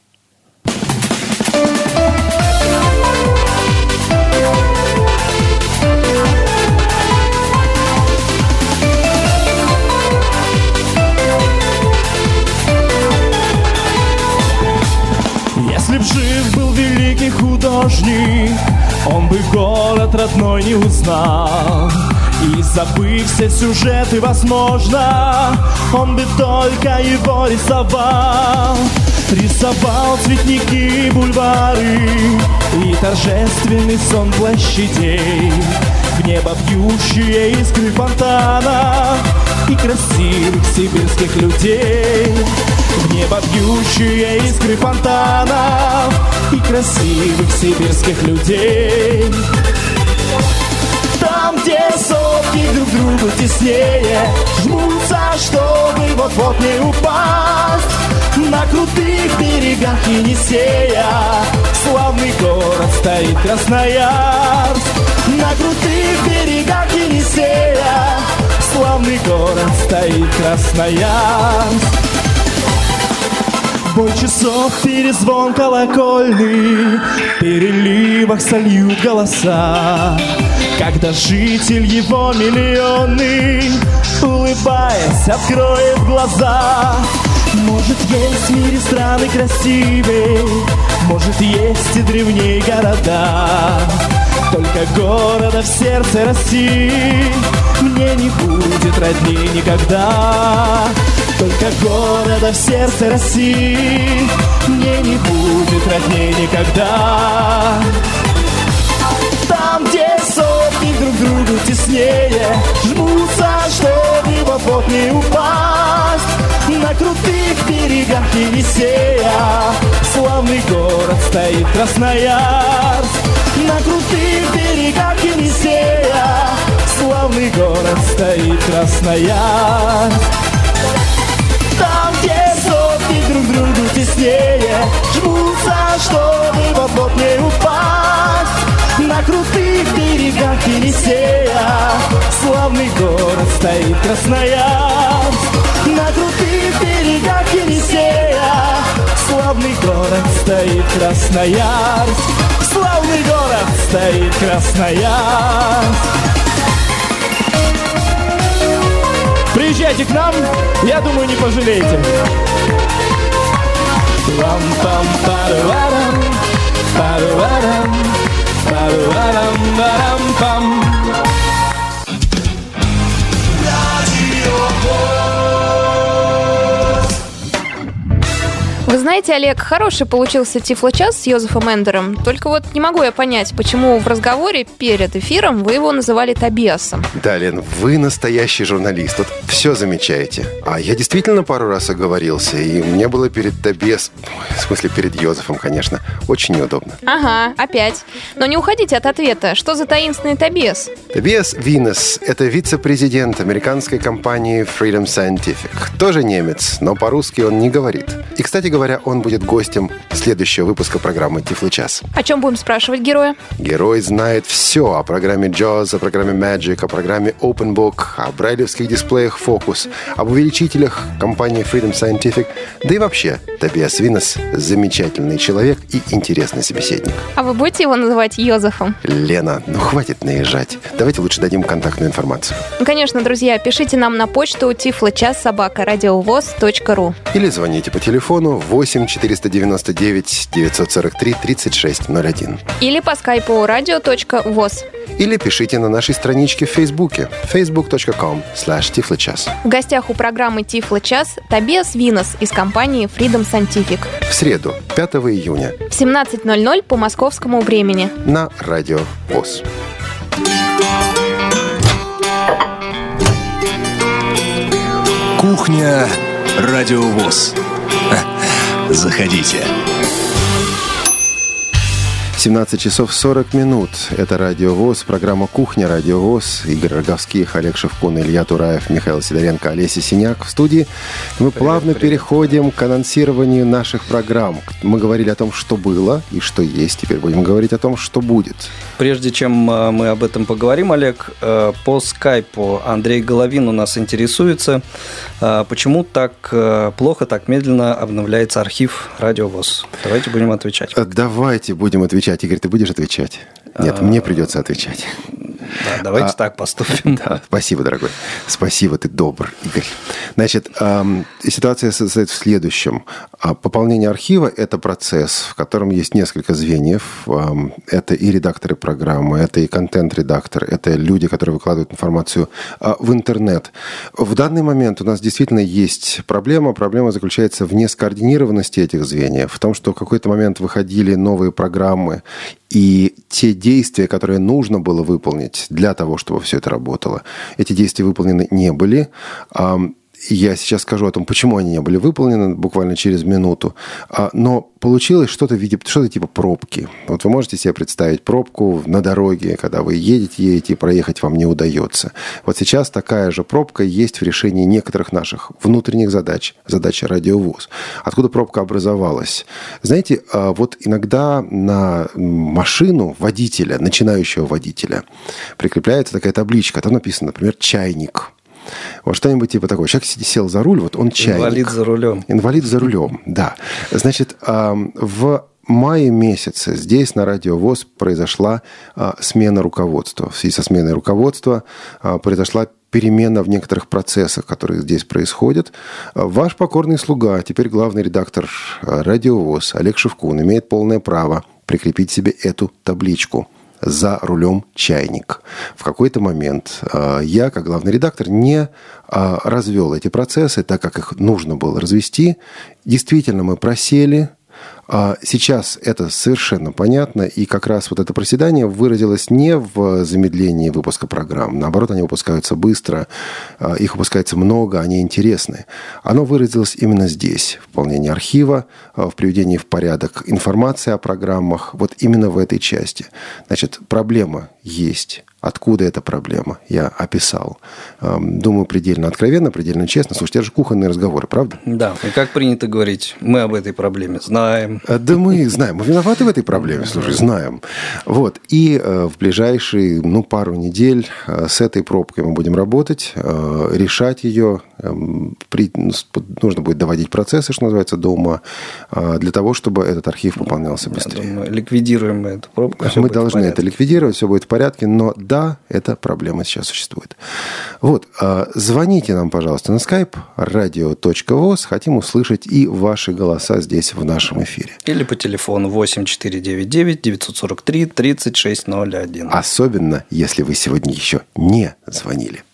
Если б жив был великий художник, он бы город родной не узнал. И забыв все сюжеты, возможно, он бы только его рисовал. Рисовал цветники, бульвары и торжественный сон площадей, в небо бьющие искры фонтана и красивых сибирских людей. В небо бьющие искры фонтана и красивых сибирских людей. Там, где сотни друг другу теснее жмутся, чтобы вот-вот не упасть. На крутых берегах Енисея славный город стоит Красноярск. На крутых берегах Енисея славный город стоит Красноярск. Бой часов, перезвон колокольный, в переливах сольют голоса, когда житель его миллионный улыбаясь, откроет глаза. Может, есть в мире страны красивые, может, есть и древние города. Только города в сердце России мне не будет родни никогда. Только города в сердце России мне не будет родней никогда. Там, где сотни друг другу теснее жмутся, чтобы в охот не упасть. На крутых берегах Енисея славный город стоит Красноярск. На крутых берегах Енисея славный город стоит Красноярск. Там, где сотни друг другу теснее жмутся, чтобы в охот не упасть. На крутых берегах Енисея славный город стоит Красноярск. На крутых берегах Енисея славный город стоит Красноярск. Славный город стоит Красноярск. Приезжайте к нам, я думаю, не пожалеете. Пам-пам-пару-варам, пару-варам, пару-варам-варам-пам. Вы знаете, Олег, хороший получился Тифло-час с Йозефом Эндером. Только вот не могу я понять, почему в разговоре перед эфиром вы его называли Тобиасом. Да, Лен, вы настоящий журналист. Вот все замечаете. А я действительно пару раз оговорился, и мне было перед Тобиас, в смысле перед Йозефом, конечно, очень неудобно. Ага, опять. Но не уходите от ответа. Что за таинственный Тобиас? Тобиас Винес – это вице-президент американской компании Freedom Scientific. Тоже немец, но по-русски он не говорит. И, кстати говоря, он будет гостем следующего выпуска программы «Тифло-час». О чем будем спрашивать героя? Герой знает все о программе джоз, о программе Magic, о программе Open Book, о брайлевских дисплеях Focus, об увеличителях компании Freedom Scientific, да и вообще Тобиас Винес – замечательный человек и интересный собеседник. А вы будете его называть Йозефом? Лена, ну хватит наезжать. Давайте лучше дадим контактную информацию. Ну, конечно, друзья, пишите нам на почту тифлочас собака радиовоз точка ру. Или звоните по телефону восемь четыреста девяносто девять девятьсот сорок три тридцать шесть ноль один. Или по скайпу радио.воз. Или пишите на нашей страничке в Фейсбуке facebook точка com слэш тифлочас. В гостях у программы «Тифло-час» Тобиас Винес из компании Freedom Scientific. В среду, пятого июня. В семнадцать ноль ноль по московскому времени. На Радио ВОС. Кухня Радио ВОС. Заходите. семнадцать часов сорок минут. Это Радио ВОС, программа «Кухня», Радио ВОС. Игорь Роговских, Олег Шевкун, Илья Тураев, Михаил Сидоренко, Олеся Синяк в студии. Мы привет, плавно привет. переходим к анонсированию наших программ. Мы говорили о том, что было и что есть. Теперь будем говорить о том, что будет. Прежде чем мы об этом поговорим, Олег, по скайпу Андрей Головин у нас интересуется, почему так плохо, так медленно обновляется архив Радио ВОС. Давайте будем отвечать. Давайте будем отвечать. Игорь, ты будешь отвечать? Нет, а... мне придется отвечать. Да, давайте а... так поступим. Да, спасибо, дорогой. Спасибо, ты добр, Игорь. Значит, эм, ситуация состоит в следующем. Пополнение архива – это процесс, в котором есть несколько звеньев. Эм, это и редакторы программы, это и контент-редактор, это люди, которые выкладывают информацию э, в интернет. В данный момент у нас действительно есть проблема. Проблема заключается в нескоординированности этих звеньев, в том, что в какой-то момент выходили новые программы, и те действия, которые нужно было выполнить для того, чтобы все это работало, эти действия выполнены не были. Я сейчас скажу о том, почему они не были выполнены, буквально через минуту. Но получилось что-то в виде, что-то типа пробки. Вот вы можете себе представить пробку на дороге, когда вы едете, едете, и проехать вам не удается. Вот сейчас такая же пробка есть в решении некоторых наших внутренних задач, задачи Радио ВОС. Откуда пробка образовалась? Знаете, вот иногда на машину водителя, начинающего водителя, прикрепляется такая табличка. Там написано, например, «чайник». Вот что-нибудь типа такого. Человек сел за руль, вот он чайник. Инвалид за рулем. Инвалид за рулем, да. Значит, в мае месяце здесь на Радио ВОС произошла смена руководства. В связи со сменой руководства произошла перемена в некоторых процессах, которые здесь происходят. Ваш покорный слуга, теперь главный редактор Радио ВОС Олег Шевкун, имеет полное право прикрепить себе эту табличку: «За рулем чайник». В какой-то момент я, как главный редактор, не развел эти процессы так, как их нужно было развести. Действительно, мы просели. Сейчас это совершенно понятно, и как раз вот это проседание выразилось не в замедлении выпуска программ, наоборот, они выпускаются быстро, их выпускается много, они интересны. Оно выразилось именно здесь, в выполнении архива, в приведении в порядок информации о программах, вот именно в этой части. Значит, проблема есть. Откуда эта проблема? Я описал. Думаю, предельно откровенно, предельно честно. Слушайте, это же кухонные разговоры, правда? Да, и как принято говорить, мы об этой проблеме знаем. Да мы знаем, мы виноваты в этой проблеме, слушай, знаем. Вот, и в ближайшие, ну, пару недель с этой пробкой мы будем работать, решать ее. При... Нужно будет доводить процессы, что называется, до ума, для того, чтобы этот архив пополнялся быстрее. Я думаю, ликвидируем мы эту пробку. Мы должны это ликвидировать, все будет в порядке, но да, эта проблема сейчас существует. Вот, звоните нам, пожалуйста, на skype radio точка voz. Хотим услышать и ваши голоса здесь в нашем эфире. Или по телефону восемь четыре девять девять девятьсот сорок три тридцать шесть ноль один. Особенно, если вы сегодня еще не звонили.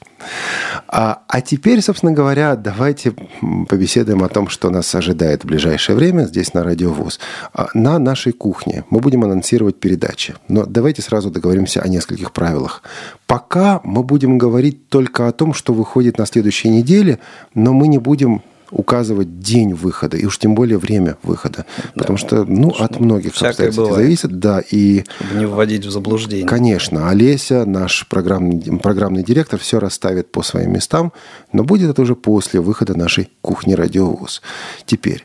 А, а теперь, собственно говоря, давайте побеседуем о том, что нас ожидает в ближайшее время здесь на Радио ВОС. На нашей кухне мы будем анонсировать передачи. Но давайте сразу договоримся о нескольких правилах. Пока мы будем говорить только о том, что выходит на следующей неделе, но мы не будем указывать день выхода, и уж тем более время выхода. Да, потому что, ну, от многих обстоятельств зависит. Да, и, чтобы не вводить в заблуждение. Конечно, Олеся, наш программный, программный директор, все расставит по своим местам, но будет это уже после выхода нашей кухни Радио ВОС. Теперь,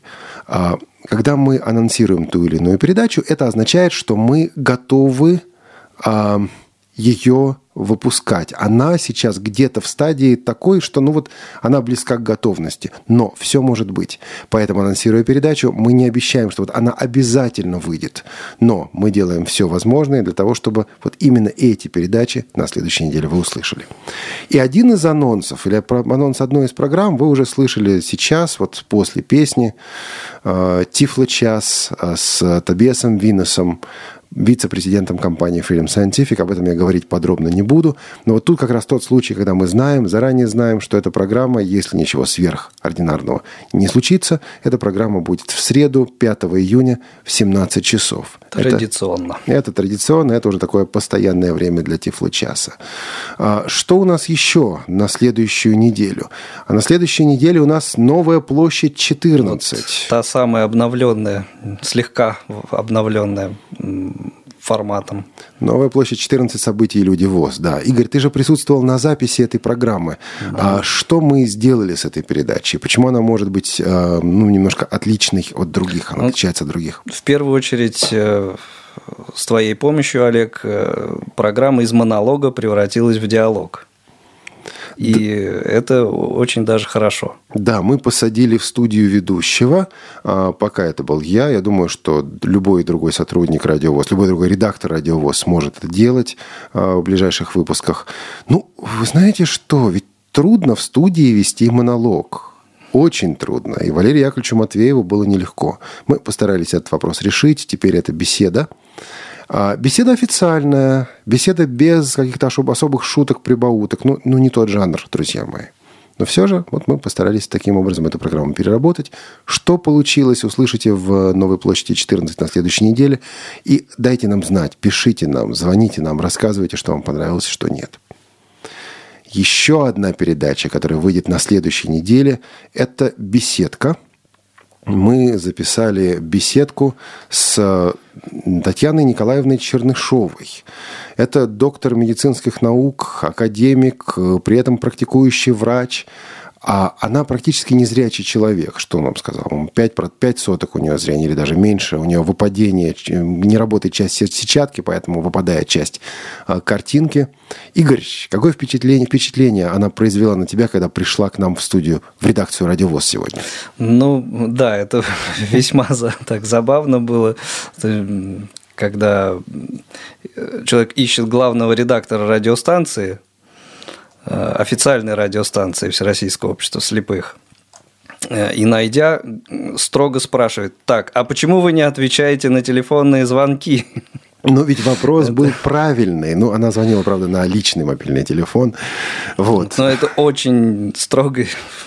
когда мы анонсируем ту или иную передачу, это означает, что мы готовы ее выпускать. Она сейчас где-то в стадии такой, что, ну вот, она близка к готовности. Но все может быть. Поэтому, анонсируя передачу, мы не обещаем, что вот она обязательно выйдет. Но мы делаем все возможное для того, чтобы вот именно эти передачи на следующей неделе вы услышали. И один из анонсов, или анонс одной из программ, вы уже слышали сейчас, вот после песни «Тифло-час» с Тобиасом Винесом, вице-президентом компании Freedom Scientific. Об этом я говорить подробно не буду. Но вот тут как раз тот случай, когда мы знаем, заранее знаем, что эта программа, если ничего сверхординарного не случится, эта программа будет в среду, пятого июня в семнадцать часов. Традиционно. Это, это традиционно, это уже такое постоянное время для Тифло-часа. Что у нас еще на следующую неделю? А на следующей неделе у нас новая площадь четырнадцать. Вот та самая обновленная, слегка обновленная форматом. Новая площадь четырнадцать, событий и люди ВОС. Да. Игорь, ты же присутствовал на записи этой программы. Да. А что мы сделали с этой передачей? Почему она может быть ну, немножко отличной от других? Она ну, отличается от других? В первую очередь, с твоей помощью, Олег, программа из монолога превратилась в диалог. И да. это очень даже хорошо. Да, мы посадили в студию ведущего. Пока это был я. Я думаю, что любой другой сотрудник Радио ВОС, любой другой редактор Радио ВОС сможет это делать в ближайших выпусках. Ну, вы знаете что? Ведь трудно в студии вести монолог. Очень трудно. И Валерию Яковлевичу Матвееву было нелегко. Мы постарались этот вопрос решить. Теперь это беседа. Беседа официальная, беседа без каких-то особых шуток, прибауток. Ну, ну, не тот жанр, друзья мои. Но все же вот мы постарались таким образом эту программу переработать. Что получилось, услышите в Новой площади четырнадцать на следующей неделе. И дайте нам знать, пишите нам, звоните нам, рассказывайте, что вам понравилось, что нет. Еще одна передача, которая выйдет на следующей неделе, это «Беседка». Мы записали беседку с Татьяной Николаевной Чернышовой. Это доктор медицинских наук, академик, при этом практикующий врач. А она практически незрячий человек. Что он вам сказал? пять, пять соток у нее зрения или даже меньше. У нее выпадение, не работает часть сетчатки, поэтому выпадает часть картинки. Игорь, какое впечатление, впечатление она произвела на тебя, когда пришла к нам в студию, в редакцию Радио ВОС сегодня? Ну, да, это весьма так забавно было, когда человек ищет главного редактора радиостанции, официальной радиостанции Всероссийского общества слепых. И, найдя, строго спрашивает: так, а почему вы не отвечаете на телефонные звонки? Ну, ведь вопрос это... был правильный. Ну, она звонила, правда, на личный мобильный телефон. Вот. Но это очень строго,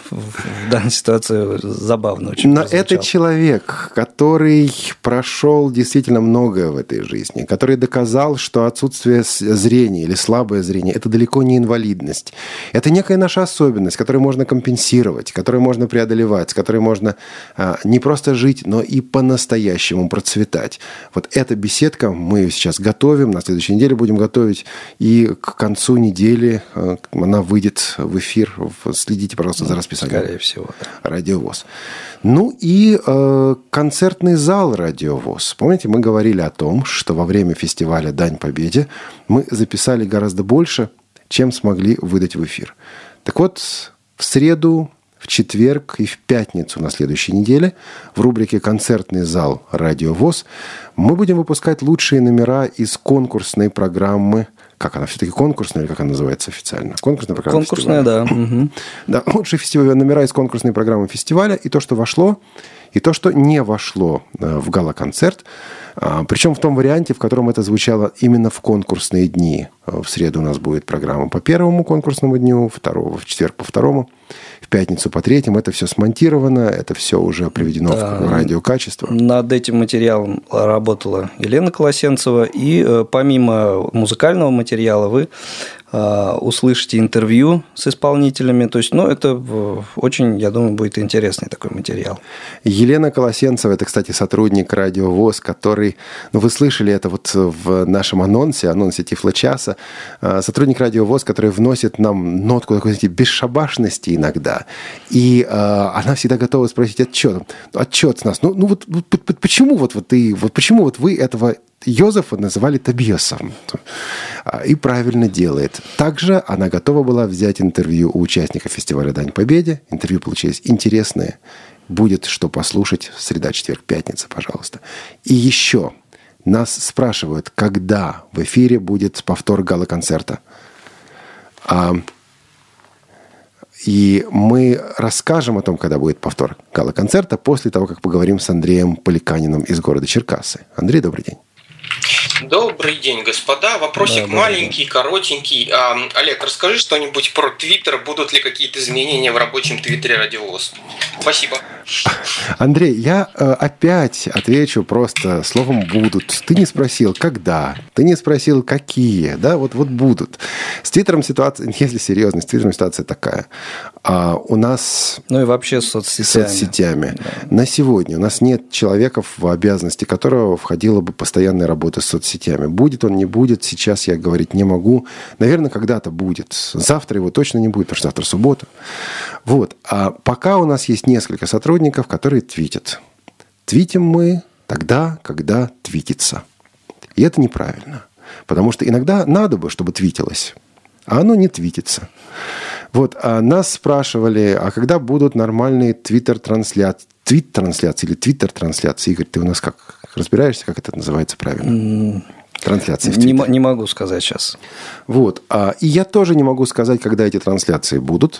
в данной ситуации забавно очень Но прозвучало. это человек, который прошел действительно многое в этой жизни, который доказал, что отсутствие зрения или слабое зрение – это далеко не инвалидность. Это некая наша особенность, которую можно компенсировать, которую можно преодолевать, с которой можно а, не просто жить, но и по-настоящему процветать. Вот эта беседка, мы сейчас готовим, на следующей неделе будем готовить, и к концу недели она выйдет в эфир. Следите, пожалуйста, за расписанием. Скорее всего. Да. Радио ВОС. Ну и э, концертный зал Радио ВОС. Помните, мы говорили о том, что во время фестиваля «Дань Победе» мы записали гораздо больше, чем смогли выдать в эфир. Так вот, в среду, в четверг и в пятницу на следующей неделе в рубрике «Концертный зал Радио ВОС» мы будем выпускать лучшие номера из конкурсной программы. Как она все-таки конкурсная или как она называется официально? Конкурсная программа Конкурсная, фестиваля. да. Угу. Да, лучшие фестивали, номера из конкурсной программы фестиваля, и то, что вошло, и то, что не вошло в гала-концерт. Причем в том варианте, в котором это звучало именно в конкурсные дни. В среду у нас будет программа по первому конкурсному дню, второго, в четверг по второму, в пятницу по третьему. Это все смонтировано, это все уже приведено да. в радиокачество. Над этим материалом работала Елена Колосенцева. И помимо музыкального материала вы услышите интервью с исполнителями. То есть, ну, это очень, я думаю, будет интересный такой материал. Елена Колосенцева, это, кстати, сотрудник Радио ВОС, который, ну, вы слышали это вот в нашем анонсе, анонсе Тифлочаса, сотрудник Радио ВОС, который вносит нам нотку такой, знаете, бесшабашности иногда. И э, она всегда готова спросить отчет. Отчет с нас. Ну, ну вот, вот почему вот, вот ты, вот почему вот вы этого Йозефа называли Тобиасом? И правильно делает. Также она готова была взять интервью у участников фестиваля «Дань Победе». Интервью получились интересные. Будет что послушать. Среда, четверг, пятница, пожалуйста. И еще нас спрашивают, когда в эфире будет повтор гала-концерта. И мы расскажем о том, когда будет повтор гала-концерта, после того, как поговорим с Андреем Поликаниным из города Черкассы. Андрей, добрый день. Добрый день, господа. Вопросик да, маленький, день. коротенький. А, Олег, расскажи что-нибудь про Твиттер. Будут ли какие-то изменения в рабочем Твиттере Радио ВОС? Спасибо. Андрей, я э, опять отвечу просто словом «будут». Ты не спросил, когда. Ты не спросил, какие. Да, вот, вот будут. С Твиттером ситуация, если серьезно, с Твиттером ситуация такая. А, у нас... Ну и вообще с соцсетями. соцсетями. Да. На сегодня у нас нет человека, в обязанности которого входила бы постоянная работа с соцсетями. Будет он, не будет, сейчас я говорить не могу. Наверное, когда-то будет. Завтра его точно не будет, потому что завтра суббота. Вот. А пока у нас есть несколько сотрудников, которые твитят. Твитим мы тогда, когда твитится. И это неправильно. Потому что иногда надо бы, чтобы твитилось, а оно не твитится. Вот. А нас спрашивали, а когда будут нормальные твиттер-трансляции, твит-трансляции или твиттер-трансляции? Игорь, ты у нас как разбираешься, как это называется правильно? Трансляции в не, не могу сказать сейчас. Вот. И я тоже не могу сказать, когда эти трансляции будут.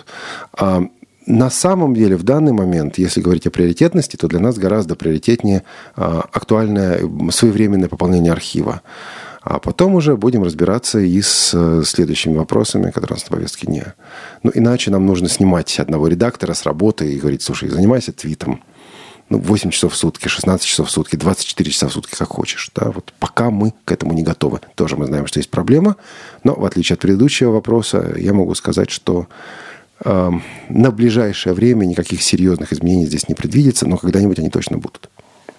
На самом деле, в данный момент, если говорить о приоритетности, то для нас гораздо приоритетнее актуальное своевременное пополнение архива. А потом уже будем разбираться и с следующими вопросами, которые у нас на повестке дня. Ну, иначе нам нужно снимать одного редактора с работы и говорить: слушай, занимайся твитом. Ну, восемь часов в сутки, шестнадцать часов в сутки, двадцать четыре часа в сутки, как хочешь. Да? Вот пока мы к этому не готовы. Тоже мы знаем, что есть проблема. Но, в отличие от предыдущего вопроса, я могу сказать, что э, на ближайшее время никаких серьезных изменений здесь не предвидится, но когда-нибудь они точно будут.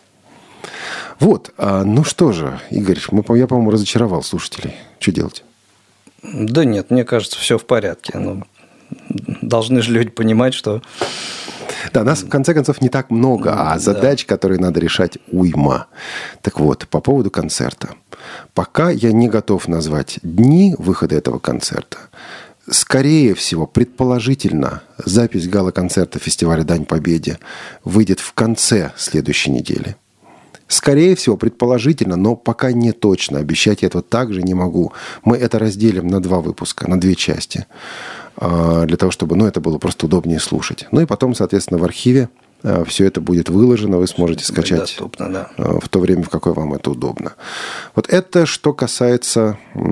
Вот. А, ну что же, Игорь, мы, я, по-моему, разочаровал слушателей. Что делать? Да нет, мне кажется, все в порядке. Ну, должны же люди понимать, что... Да, нас, в конце концов, не так много, а задач, да. которые надо решать, уйма. Так вот, по поводу концерта. Пока я не готов назвать дни выхода этого концерта. Скорее всего, предположительно, запись гала-концерта фестиваля «Дань Победе» выйдет в конце следующей недели. Скорее всего, предположительно, но пока не точно. Обещать я этого также не могу. Мы это разделим на два выпуска, на две части. для того, чтобы ну, это было просто удобнее слушать. Ну и потом, соответственно, в архиве все это будет выложено, вы сможете скачать доступно, да. в то время, в какое вам это удобно. Вот это что касается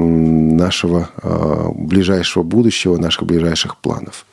нашего ближайшего будущего, наших ближайших планов.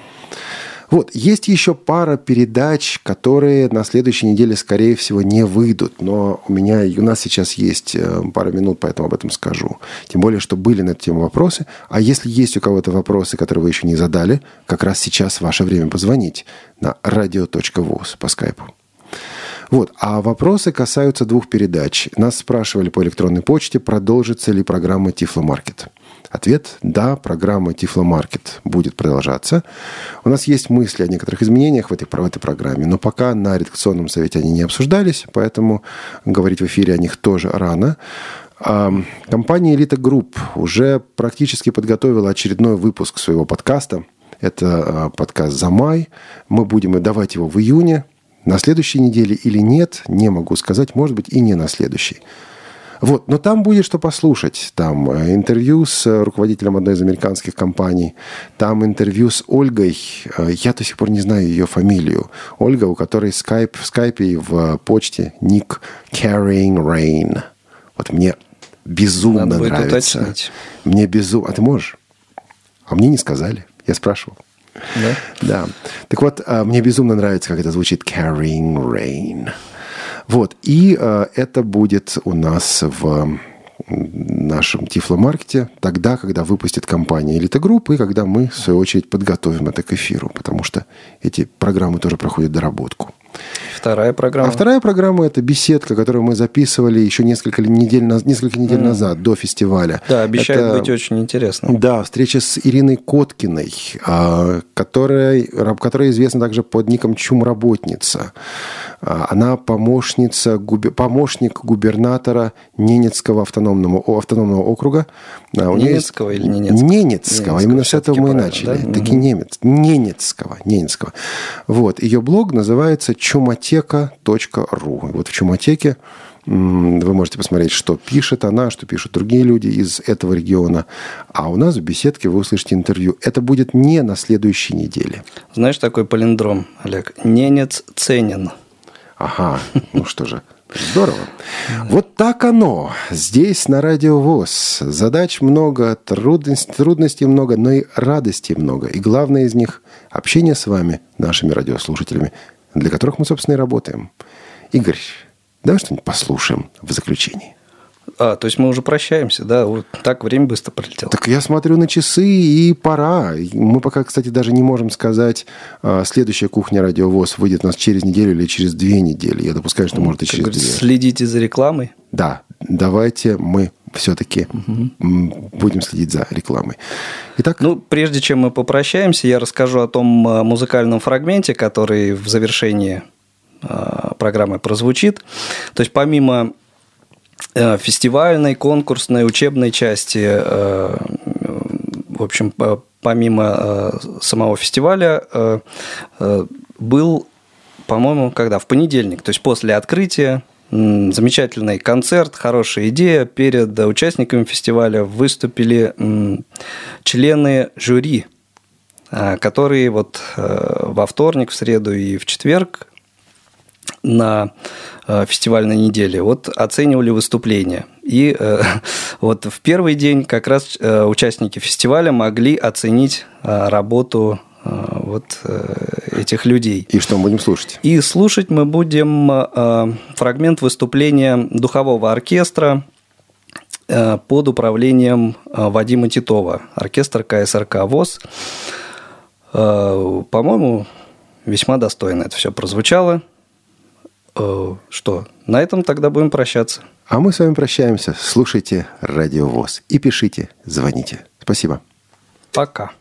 Вот, есть еще пара передач, которые на следующей неделе, скорее всего, не выйдут. Но у меня и у нас сейчас есть пара минут, поэтому об этом скажу. Тем более, что были на эту тему вопросы. А если есть у кого-то вопросы, которые вы еще не задали, как раз сейчас ваше время позвонить на радио точка воз по скайпу. Вот. А вопросы касаются двух передач. Нас спрашивали по электронной почте, продолжится ли программа Тифломаркет. Ответ – да, программа Тифломаркет будет продолжаться. У нас есть мысли о некоторых изменениях в этой, в этой программе, но пока на редакционном совете они не обсуждались, поэтому говорить в эфире о них тоже рано. Компания «Элита Групп» уже практически подготовила очередной выпуск своего подкаста. Это подкаст за май. Мы будем давать его в июне. На следующей неделе или нет, не могу сказать, может быть, и не на следующей. Вот, но там будет что послушать. Там интервью с руководителем одной из американских компаний. Там интервью с Ольгой. Я до сих пор не знаю ее фамилию. Ольга, у которой скайп, в скайпе и в почте ник Carrying Rain. Вот мне безумно Надо будет нравится. Уточнить. Мне безумно... А ты можешь? А мне не сказали. Я спрашивал. Да? Да. Так вот, мне безумно нравится, как это звучит. Carrying Rain. Вот, и э, это будет у нас в нашем Тифломаркете тогда, когда выпустит компания «Элита Групп», и когда мы, в свою очередь, подготовим это к эфиру, потому что эти программы тоже проходят доработку. Вторая программа. А вторая программа – это беседка, которую мы записывали еще несколько недель, несколько недель mm. назад, до фестиваля. Да, обещает это, быть очень интересно. Да, встреча с Ириной Коткиной, которая, которая известна также под ником Чумработница. Она помощница, помощник губернатора Ненецкого автономного, автономного округа. Ненецкого или Ненецкого? Ненецкого. Ненецкого. Именно с этого мы и начали. Да? Таки угу. немец. Ненецкого. Ненецкого. Вот. Ее блог называется чуматека точка ру. Вот в Чуматеке вы можете посмотреть, что пишет она, что пишут другие люди из этого региона. А у нас в беседке вы услышите интервью. Это будет не на следующей неделе. Знаешь такой палиндром, Олег? Ненец ценен. Ага, ну что же, здорово. Вот так оно. Здесь на Радио ВОС. Задач много, трудностей, трудностей много, но и радостей много. И главное из них – общение с вами, нашими радиослушателями, для которых мы, собственно, и работаем. Игорь, давай что-нибудь послушаем в заключении. А, то есть мы уже прощаемся, да? Вот так время быстро пролетело. Так я смотрю на часы, и пора. Мы пока, кстати, даже не можем сказать, следующая кухня Радио ВОС выйдет у нас через неделю или через две недели. Я допускаю, что может и через две. Следите за рекламой. Да, давайте мы все-таки угу. будем следить за рекламой. Итак, ну, прежде чем мы попрощаемся, я расскажу о том музыкальном фрагменте, который в завершении программы прозвучит. То есть помимо фестивальной, конкурсной, учебной части, в общем, помимо самого фестиваля, был, по-моему, когда? В понедельник, то есть после открытия, замечательный концерт, хорошая идея. Перед участниками фестиваля выступили члены жюри, которые вот во вторник, в среду и в четверг на фестивальной неделе вот оценивали выступления. И э, вот в первый день как раз э, участники фестиваля могли оценить э, работу э, вот э, этих людей. И что мы будем слушать? И слушать мы будем э, фрагмент выступления духового оркестра э, под управлением э, Вадима Титова, оркестр ка эс эр ка ВОС. Э, по-моему, весьма достойно это все прозвучало. Что, на этом тогда будем прощаться. А мы с вами прощаемся. Слушайте Радио ВОС и пишите, звоните. Спасибо. Пока.